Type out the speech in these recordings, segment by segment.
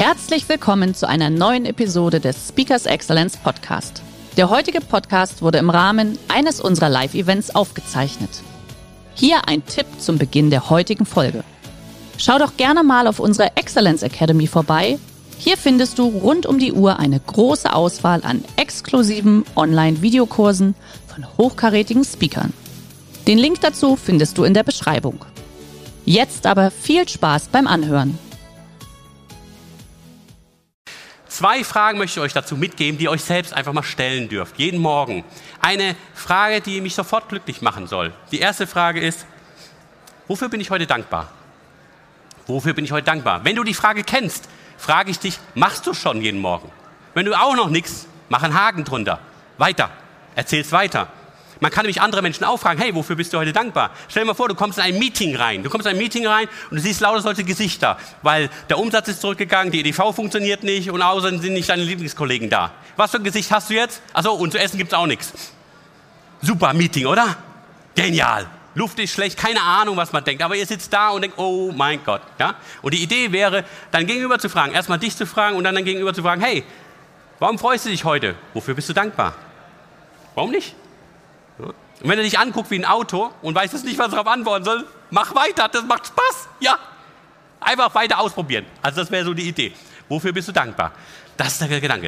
Herzlich willkommen zu einer neuen Episode des Speakers Excellence Podcast. Der heutige Podcast wurde im Rahmen eines unserer Live-Events aufgezeichnet. Hier ein Tipp zum Beginn der heutigen Folge. Schau doch gerne mal auf unserer Excellence Academy vorbei. Hier findest du rund um die Uhr eine große Auswahl an exklusiven Online-Videokursen von hochkarätigen Speakern. Den Link dazu findest du in der Beschreibung. Jetzt aber viel Spaß beim Anhören. 2 Fragen möchte ich euch dazu mitgeben, die ihr euch selbst einfach mal stellen dürft, jeden Morgen. Eine Frage, die mich sofort glücklich machen soll. Die erste Frage ist, wofür bin ich heute dankbar? Wofür bin ich heute dankbar? Wenn du die Frage kennst, frage ich dich, machst du schon jeden Morgen? Wenn du auch noch nichts, mach einen Haken drunter. Weiter, erzähl's weiter. Man kann nämlich andere Menschen auch fragen, hey, wofür bist du heute dankbar? Stell dir mal vor, du kommst in ein Meeting rein. Du kommst in ein Meeting rein und du siehst lauter solche Gesichter, weil der Umsatz ist zurückgegangen, die EDV funktioniert nicht und außerdem sind nicht deine Lieblingskollegen da. Was für ein Gesicht hast du jetzt? Achso, und zu essen gibt's auch nichts. Super Meeting, oder? Genial. Luft ist schlecht, keine Ahnung, was man denkt, aber ihr sitzt da und denkt, oh mein Gott. Ja? Und die Idee wäre, dein Gegenüber zu fragen, erstmal dich zu fragen und dann dein Gegenüber zu fragen, hey, warum freust du dich heute? Wofür bist du dankbar? Warum nicht? Ja. Und wenn er dich anguckt wie ein Auto und weiß jetzt nicht, was er darauf antworten soll, mach weiter, das macht Spaß. Ja, einfach weiter ausprobieren. Also das wäre so die Idee. Wofür bist du dankbar? Das ist der Gedanke.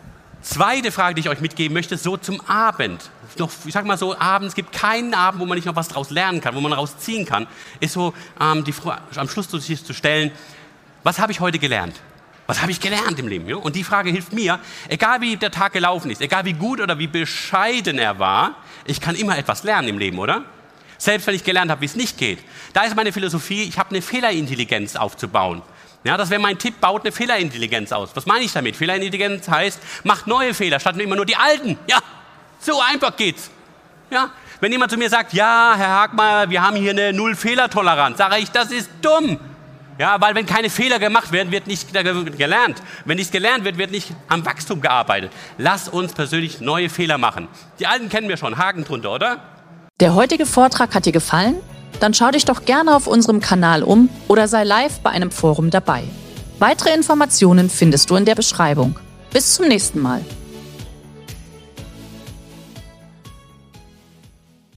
Zweite Frage, die ich euch mitgeben möchte, so zum Abend. Ich sag mal so, abends gibt keinen Abend, wo man nicht noch was draus lernen kann, wo man rausziehen kann, ist so die Frage, am Schluss sich zu stellen, was habe ich heute gelernt? Was habe ich gelernt im Leben? Ja? Und die Frage hilft mir, egal wie der Tag gelaufen ist, egal wie gut oder wie bescheiden er war, ich kann immer etwas lernen im Leben, oder? Selbst wenn ich gelernt habe, wie es nicht geht. Da ist meine Philosophie, ich habe eine Fehlerintelligenz aufzubauen. Ja, das wäre mein Tipp, baut eine Fehlerintelligenz aus. Was meine ich damit? Fehlerintelligenz heißt, macht neue Fehler, statt immer nur die alten. Ja, so einfach geht's. Ja? Wenn jemand zu mir sagt, ja, Herr Hagmeier, wir haben hier eine Null-Fehler-Toleranz, sage ich, das ist dumm. Ja, weil wenn keine Fehler gemacht werden, wird nicht gelernt. Wenn nichts gelernt wird, wird nicht am Wachstum gearbeitet. Lass uns persönlich neue Fehler machen. Die alten kennen wir schon, Haken drunter, oder? Der heutige Vortrag hat dir gefallen? Dann schau dich doch gerne auf unserem Kanal um oder sei live bei einem Forum dabei. Weitere Informationen findest du in der Beschreibung. Bis zum nächsten Mal.